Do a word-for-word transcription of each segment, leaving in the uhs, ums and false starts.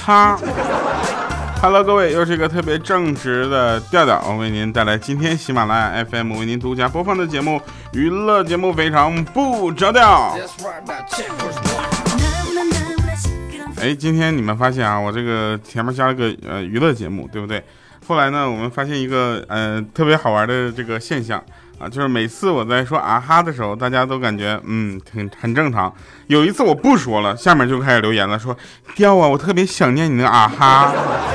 哈。Hello， 各位，又是一个特别正直的调调，我为您带来今天喜马拉雅 F M 为您独家播放的节目，娱乐节目非常不着调。哎，今天你们发现啊，我这个前面加了个呃娱乐节目，对不对？后来呢，我们发现一个呃特别好玩的这个现象啊，就是每次我在说啊哈的时候，大家都感觉嗯挺很正常。有一次我不说了，下面就开始留言了，说调啊，我特别想念你的啊哈。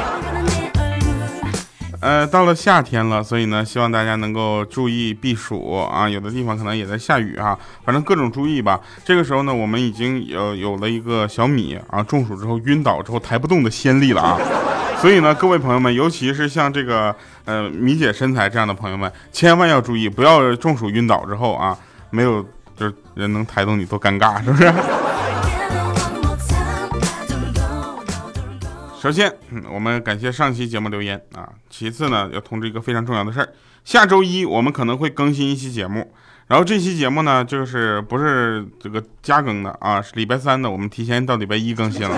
呃，到了夏天了，所以呢，希望大家能够注意避暑啊，有的地方可能也在下雨啊，反正各种注意吧。这个时候呢，我们已经有有了一个小米啊，中暑之后晕倒之后抬不动的先例了啊。所以呢，各位朋友们，尤其是像这个呃米姐身材这样的朋友们，千万要注意，不要中暑晕倒之后啊，没有就是人能抬动你多尴尬，是不是？首先，嗯，我们感谢上期节目留言啊。其次呢，要通知一个非常重要的事儿，下周一我们可能会更新一期节目。然后这期节目呢，就是不是这个加更的啊，是礼拜三的，我们提前到礼拜一更新了。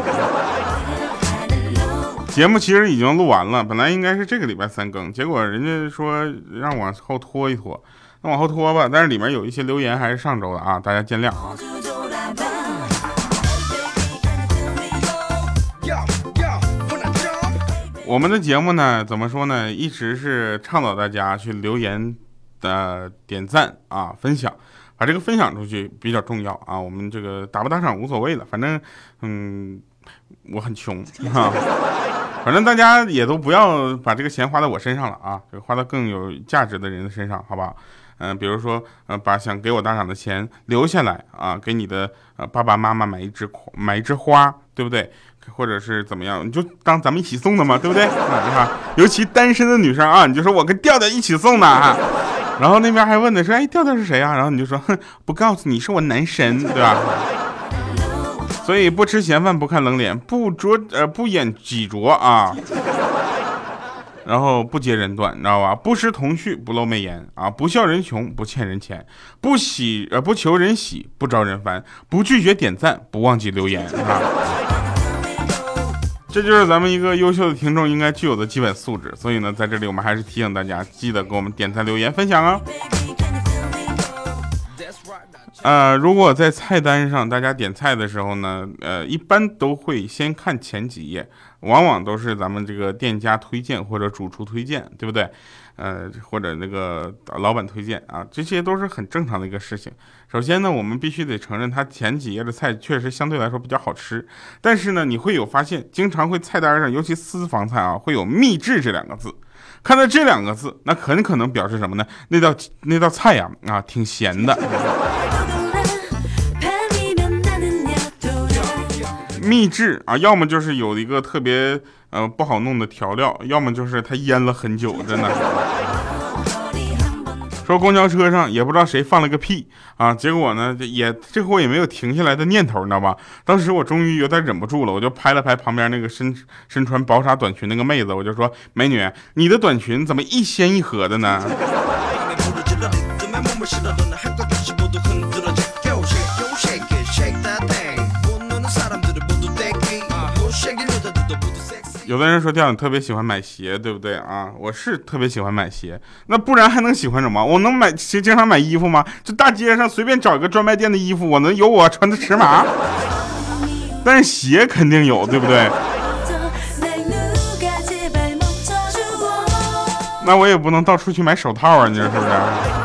节目其实已经录完了，本来应该是这个礼拜三更，结果人家说让往后拖一拖，那往后拖吧。但是里面有一些留言还是上周的啊，大家见谅啊。我们的节目呢，怎么说呢？一直是倡导大家去留言的、呃、点赞啊、分享，把这个分享出去比较重要啊。我们这个打不打赏无所谓了，反正嗯，我很穷啊。反正大家也都不要把这个钱花在我身上了啊，这个花到更有价值的人的身上，好不好？嗯、呃，比如说，呃，把想给我打赏的钱留下来啊，给你的呃爸爸妈妈买一枝买一枝花，对不对？或者是怎么样，你就当咱们一起送的嘛，对不对？啊，尤其单身的女生啊，你就说我跟调调一起送的啊。然后那边还问的说，哎，调调是谁啊？然后你就说，哼，不告诉你，是我男神，对吧？所以不吃闲饭不看冷脸，不着呃不掩己拙啊，然后不揭人断，你知道吧？不识童趣不露媚眼啊，不笑人穷不欠人钱，不喜呃不求人喜不招人烦，不拒绝点赞不忘记留言啊。这就是咱们一个优秀的听众应该具有的基本素质。所以呢，在这里我们还是提醒大家，记得给我们点赞留言分享啊。呃，如果在菜单上大家点菜的时候呢，呃，一般都会先看前几页，往往都是咱们这个店家推荐或者主厨推荐，对不对？呃，或者那个老板推荐啊，这些都是很正常的一个事情。首先呢，我们必须得承认，它前几页的菜确实相对来说比较好吃，但是呢，你会有发现，经常会菜单上，尤其私房菜啊，会有秘制这两个字。看到这两个字，那很可能表示什么呢？那道那道菜呀、啊，啊，挺咸的。秘制啊，要么就是有一个特别呃不好弄的调料，要么就是它腌了很久，真的。说公交车上也不知道谁放了个屁啊，结果呢也这回也没有停下来的念头，你知道吧？当时我终于有点忍不住了，我就拍了拍旁边那个身身穿薄纱短裙那个妹子，我就说：“美女，你的短裙怎么一掀一合的呢？”有的人说调你特别喜欢买鞋，对不对啊？我是特别喜欢买鞋，那不然还能喜欢什么？我能买经常买衣服吗？就大街上随便找一个专卖店的衣服，我能有我穿的尺码？但是鞋肯定有，对不对？那我也不能到处去买手套啊，你说是不是？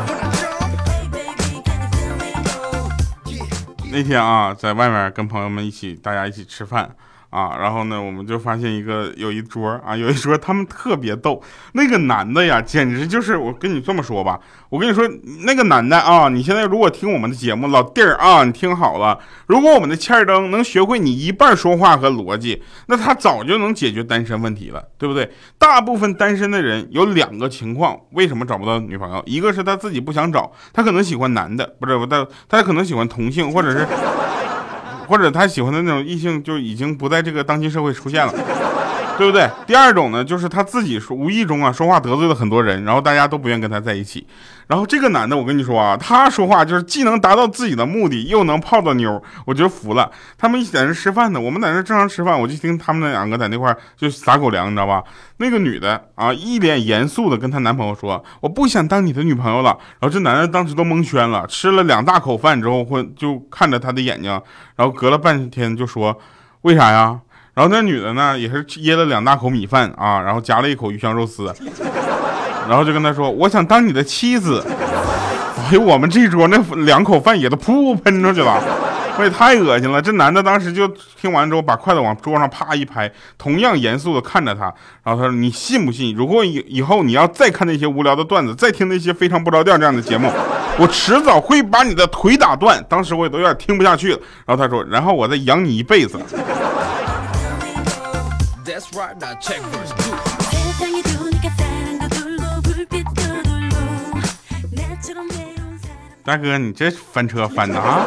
那天啊，在外面跟朋友们一起，大家一起吃饭。啊，然后呢，我们就发现一个有一桌啊，有一桌他们特别逗，那个男的呀，简直就是我跟你这么说吧，我跟你说那个男的啊，你现在如果听我们的节目，老弟儿啊，你听好了，如果我们的欠儿灯能学会你一半说话和逻辑，那他早就能解决单身问题了，对不对？大部分单身的人有两个情况，为什么找不到女朋友？一个是他自己不想找，他可能喜欢男的，不是他他可能喜欢同性，或者是。或者他喜欢的那种异性就已经不在这个当今社会出现了，对对不对？第二种呢，就是他自己说无意中啊说话得罪了很多人，然后大家都不愿跟他在一起。然后这个男的，我跟你说啊，他说话就是既能达到自己的目的，又能泡到妞，我觉得服了。他们一起在那吃饭呢，我们在那正常吃饭，我就听他们两个在那块就撒狗粮，你知道吧？那个女的啊，一脸严肃的跟她男朋友说：“我不想当你的女朋友了。”然后这男的当时都蒙圈了，吃了两大口饭之后，会就看着他的眼睛，然后隔了半天就说：“为啥呀？”然后那女的呢，也是噎了两大口米饭啊，然后夹了一口鱼香肉丝，然后就跟他说：“我想当你的妻子。”哎呦，我们这桌那两口饭也都噗喷出去了，我也太恶心了。这男的当时就听完之后，把筷子往桌上啪一拍，同样严肃的看着他，然后他说：“你信不信？如果以以后你要再看那些无聊的段子，再听那些非常不着调这样的节目，我迟早会把你的腿打断。”当时我也都有点听不下去了。然后他说：“然后我再养你一辈子。”大哥，你这翻车翻的啊！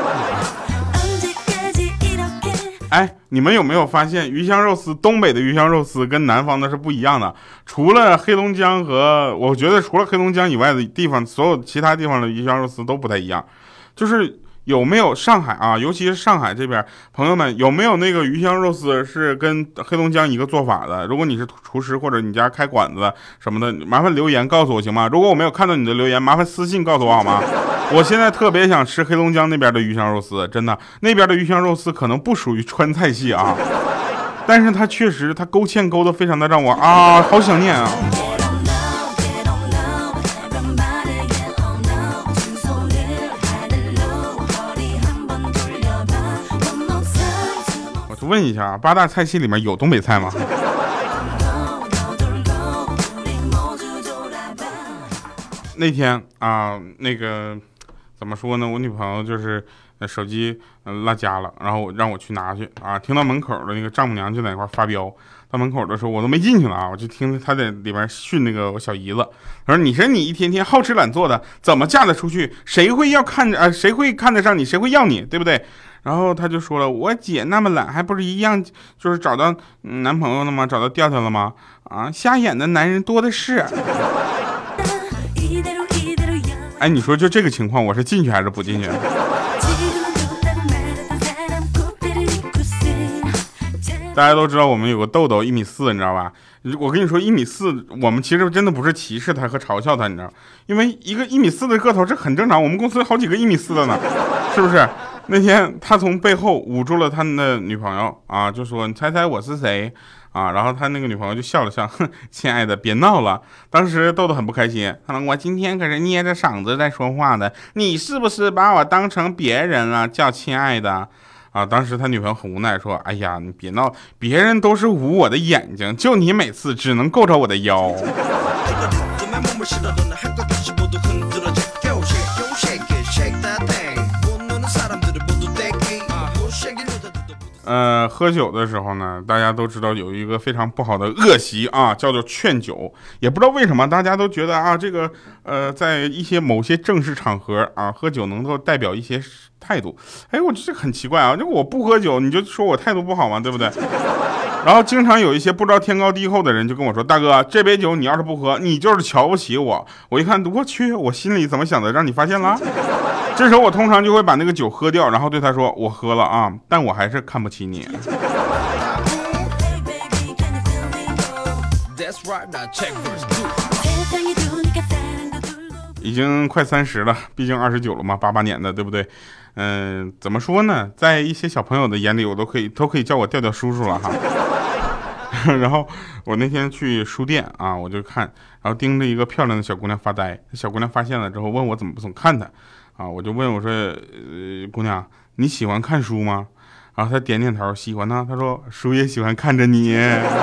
哎，你们有没有发现鱼香肉丝，东北的鱼香肉丝跟南方的是不一样的？除了黑龙江和我觉得除了黑龙江以外的地方，所有其他地方的鱼香肉丝都不太一样。就是有没有上海啊，尤其是上海这边朋友们，有没有那个鱼香肉丝是跟黑龙江一个做法的？如果你是厨师或者你家开馆子什么的，麻烦留言告诉我行吗？如果我没有看到你的留言，麻烦私信告诉我好吗？我现在特别想吃黑龙江那边的鱼香肉丝，真的，那边的鱼香肉丝可能不属于川菜系啊，但是它确实它勾芡勾的非常的让我啊好想念啊。我就问一下，八大菜系里面有东北菜吗？那天啊，那个怎么说呢？我女朋友就是呃手机呃落家了，然后我让我去拿去啊。听到门口的那个丈母娘就在那块发飙，到门口的时候我都没进去了啊，我就听她在里边训那个我小姨子，她说：“你说你一天天好吃懒做的，怎么嫁得出去？谁会要看着啊、呃？谁会看得上你？谁会要你？对不对？”然后她就说了：“我姐那么懒，还不是一样，就是找到、嗯、男朋友了吗？找到调调了吗？啊，瞎眼的男人多的是。”哎，你说就这个情况，我是进去还是不进去？大家都知道我们有个豆豆一米四，你知道吧？我跟你说一米四，我们其实真的不是歧视他和嘲笑他，你知道，因为一个一米四的个头这很正常，我们公司有好几个一米四的呢，是不是？那天他从背后捂住了他的女朋友啊，就说：“你猜猜我是谁？”啊，然后他那个女朋友就笑了笑，哼，亲爱的，别闹了。当时豆豆很不开心，他说：“我今天可是捏着嗓子在说话的，你是不是把我当成别人了？叫亲爱的。”啊，当时他女朋友很无奈说：“哎呀，你别闹，别人都是捂我的眼睛，就你每次只能够着我的腰。”呃，喝酒的时候呢，大家都知道有一个非常不好的恶习啊，叫做劝酒。也不知道为什么大家都觉得啊，这个呃，在一些某些正式场合啊，喝酒能够代表一些态度。哎，我这很奇怪啊，就我不喝酒，你就说我态度不好吗？对不对？然后经常有一些不知道天高地厚的人就跟我说：“大哥，这杯酒你要是不喝，你就是瞧不起我。”我一看，我去，我心里怎么想的，让你发现了？这时候我通常就会把那个酒喝掉，然后对他说：“我喝了啊，但我还是看不起你。”已经快三十了，毕竟二十九了嘛，八八年的，对不对？嗯、呃，怎么说呢？在一些小朋友的眼里，我都可以都可以叫我调调叔叔了哈。然后我那天去书店啊，我就看，然后盯着一个漂亮的小姑娘发呆。小姑娘发现了之后，问我怎么不总看她啊？我就问我说：“呃，姑娘，你喜欢看书吗？”然后她点点头，喜欢呢。她说：“书也喜欢看着你。”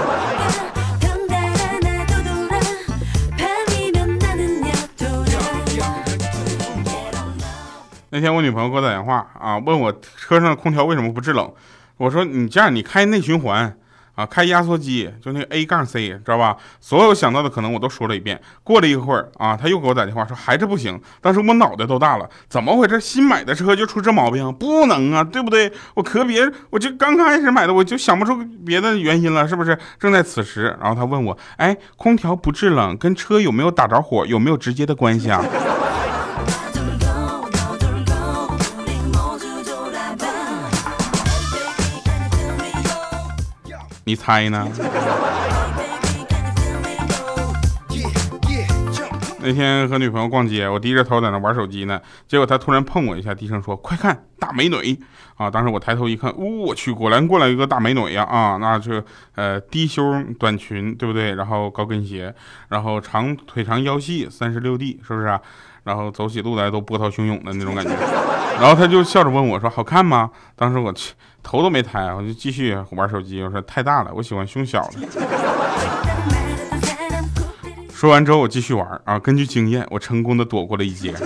那天我女朋友给我打电话啊，问我车上的空调为什么不制冷。我说：“你这样，你开内循环啊，开压缩机就那个 A 杠 C， 知道吧？所有想到的可能我都说了一遍。过了一会儿啊，他又给我打电话说还是不行。当时我脑袋都大了，怎么回事？新买的车就出这毛病？不能啊，对不对？我可别，我就刚开始买的，我就想不出别的原因了，是不是？正在此时，然后他问我，哎，空调不制冷跟车有没有打着火有没有直接的关系啊？你猜呢？那天和女朋友逛街，我低着头在那玩手机呢，结果她突然碰我一下，低声说：“快看，大美女！”啊，当时我抬头一看，哦，我去，果然过来一个大美女呀！啊，那就呃低胸短裙，对不对？然后高跟鞋，然后长腿长腰细，三十六 D， 是不是啊？然后走起路来都波涛汹涌的那种感觉。然后他就笑着问我说：“好看吗？”当时我去头都没抬，我就继续玩手机。我说：“太大了，我喜欢胸小的。”说完之后我继续玩啊，根据经验，我成功的躲过了一劫。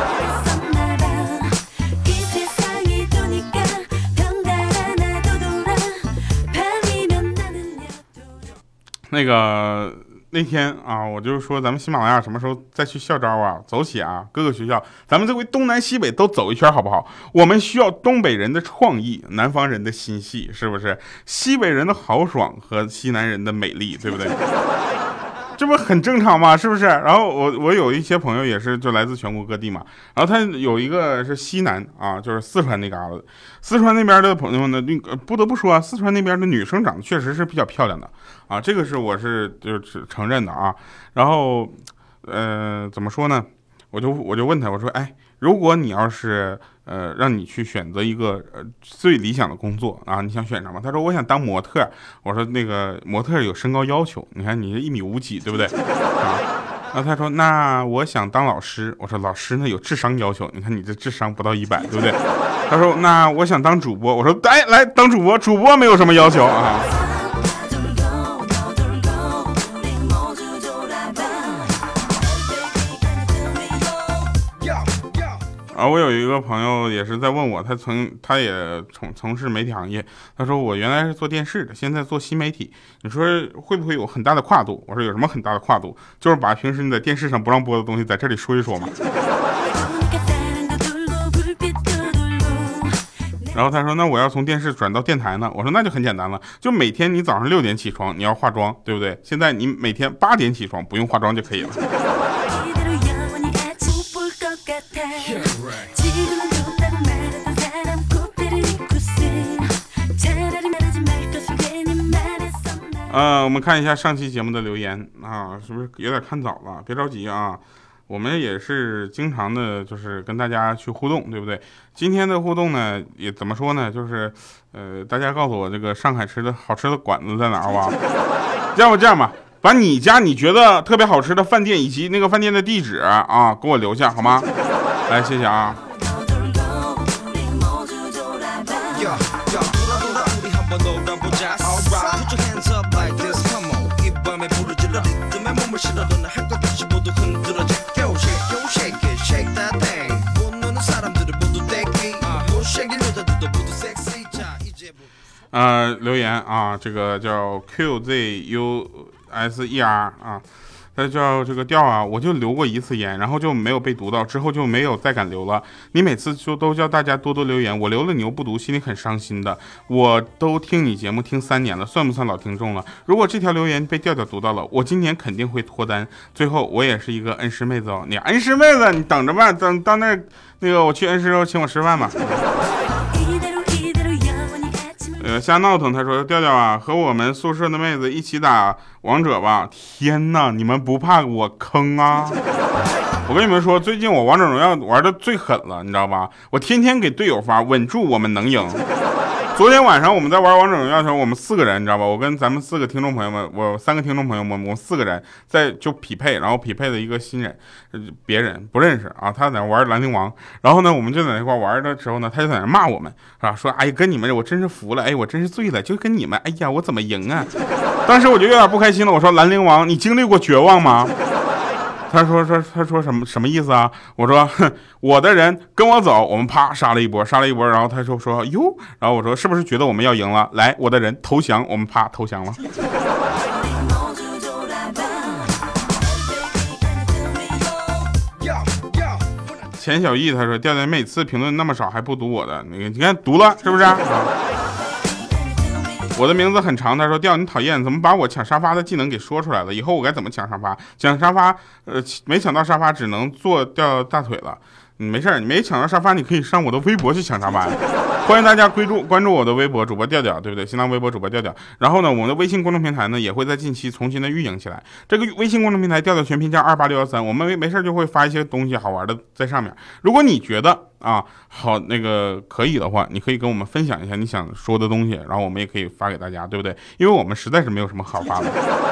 那个那天啊，我就说咱们喜马拉雅什么时候再去校招啊？走起啊，各个学校，咱们这回东南西北都走一圈好不好？我们需要东北人的创意，南方人的心细，是不是？西北人的豪爽和西南人的美丽，对不对？这不很正常吗？是不是？然后我我有一些朋友也是就来自全国各地嘛，然后他有一个是西南啊，就是四川那嘎子，四川那边的朋友呢，不得不说啊，四川那边的女生长得确实是比较漂亮的啊，这个是我是就是承认的啊。然后呃怎么说呢？我就我就问他，我说，哎，如果你要是呃让你去选择一个呃最理想的工作啊，你想选什么？他说我想当模特。我说那个模特有身高要求，你看你是一米五几，对不对？啊，然后他说那我想当老师。我说老师呢有智商要求，你看你这智商不到一百，对不对？他说那我想当主播。我说哎，来当主播，主播没有什么要求啊。啊，我有一个朋友也是在问我，他曾他也从从事媒体行业，他说我原来是做电视的，现在做新媒体，你说会不会有很大的跨度？我说有什么很大的跨度？就是把平时你在电视上不让播的东西在这里说一说嘛。然后他说那我要从电视转到电台呢？我说那就很简单了，就每天你早上六点起床，你要化妆，对不对？现在你每天八点起床，不用化妆就可以了。呃，我们看一下上期节目的留言啊，是不是有点看早了？别着急啊，我们也是经常的，就是跟大家去互动，对不对？今天的互动呢，也怎么说呢？就是，呃，大家告诉我这个上海吃的好吃的馆子在哪儿吧？这样吧，这样吧，把你家你觉得特别好吃的饭店以及那个饭店的地址啊，给我留下好吗？来，谢谢啊。呃，留言啊，这个叫 Q Z U S E R 啊，他叫这个调啊，我就留过一次言，然后就没有被读到，之后就没有再敢留了。你每次就都叫大家多多留言，我留了你又不读，心里很伤心的。我都听你节目听三年了，算不算老听众了？如果这条留言被调调读到了，我今年肯定会脱单。最后我也是一个恩师妹子哦，你恩师妹子，你等着吧，等到那那个我去恩师后请我吃饭吧。呃，瞎闹腾，他说调调啊，和我们宿舍的妹子一起打王者吧。天哪，你们不怕我坑啊？我跟你们说，最近我王者荣耀玩的最狠了，你知道吧？我天天给队友发稳住，我们能赢。昨天晚上我们在玩王者荣耀的时候，我们四个人，你知道吧？我跟咱们四个听众朋友们，我三个听众朋友们，我们四个人在就匹配，然后匹配的一个新人，别人不认识啊，他在那玩兰陵王，然后呢，我们就在那块玩的时候呢，他就在那骂我们，是吧？说哎呀，跟你们我真是服了，哎，我真是醉了，就跟你们，哎呀，我怎么赢啊？当时我就有点不开心了，我说兰陵王，你经历过绝望吗？ 他说说他说什么什么意思啊？我说哼，我的人跟我走，我们啪杀了一波，杀了一波，然后他就说哟，然后我说是不是觉得我们要赢了？来，我的人投降，我们啪投降了。钱小艺他说调调每次评论那么少还不读我的，那个你看读了是不是啊？我的名字很长，他说调你讨厌，怎么把我抢沙发的技能给说出来了？以后我该怎么抢沙发？抢沙发，呃，没抢到沙发只能坐掉大腿了。你没事，你没抢到沙发，你可以上我的微博去抢沙发呀。欢迎大家关注关注我的微博主播调调，对不对？新浪微博主播调调。然后呢，我们的微信公众平台呢也会在近期重新的运营起来。这个微信公众平台调调全拼加二八六幺三，我们没没事就会发一些东西好玩的在上面。如果你觉得啊好那个可以的话，你可以跟我们分享一下你想说的东西，然后我们也可以发给大家，对不对？因为我们实在是没有什么好发的。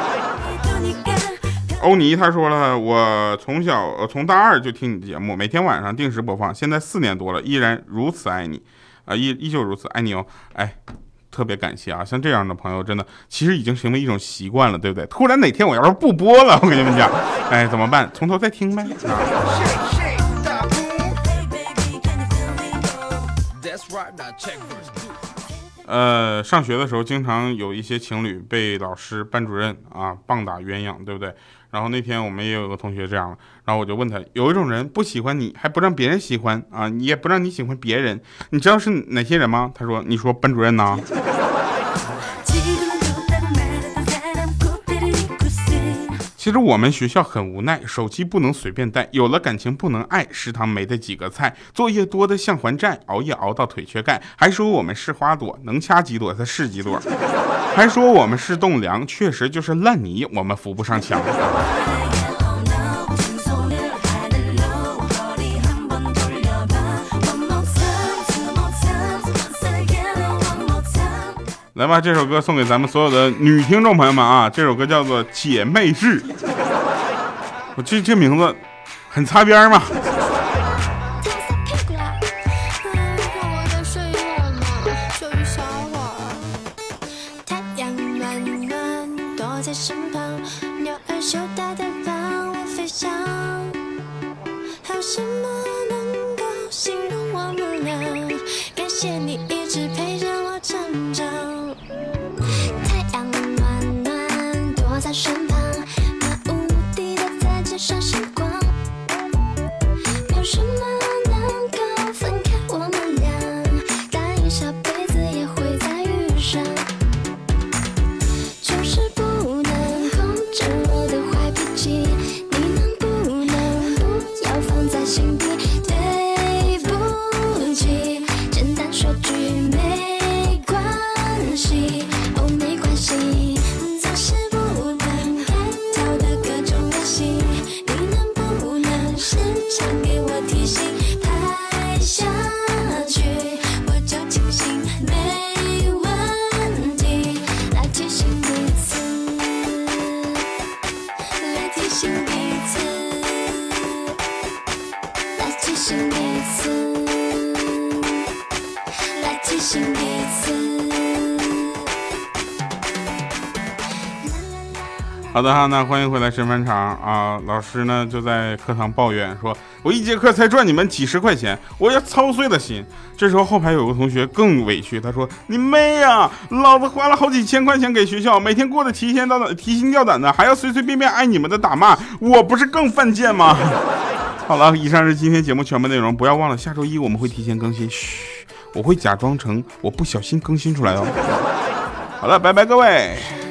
欧尼他说了，我从小呃从大二就听你的节目，每天晚上定时播放，现在四年多了，依然如此爱你，啊、呃、依依旧如此爱你哦，哎，特别感谢啊，像这样的朋友真的其实已经成为一种习惯了，对不对？突然哪天我要是不播了，我跟你们讲，哎怎么办？从头再听呗。啊呃，上学的时候经常有一些情侣被老师、班主任啊棒打鸳鸯，对不对？然后那天我们也有个同学这样了，然后我就问他，有一种人不喜欢你，还不让别人喜欢啊，你也不让你喜欢别人，你知道是哪些人吗？他说，你说班主任呢？其实我们学校很无奈，手机不能随便带，有了感情不能爱，食堂没得几个菜，作业多的像还债，熬夜熬到腿缺钙，还说我们是花朵，能掐几朵它是几朵，还说我们是栋梁，确实就是烂泥，我们扶不上墙。来吧，这首歌送给咱们所有的女听众朋友们啊！这首歌叫做《姐妹日》，我这这名字很擦边嘛。好的哈，那欢迎回来神返场啊！老师呢就在课堂抱怨说，我一节课才赚你们几十块钱，我要操碎了心。这时候后排有个同学更委屈，他说，你妹呀，老子花了好几千块钱给学校，每天过得提心吊胆提心吊胆的，还要随随便便挨你们的打骂，我不是更犯贱吗？好了，以上是今天节目全部内容，不要忘了下周一我们会提前更新，嘘，我会假装成我不小心更新出来哦。好了，拜拜各位。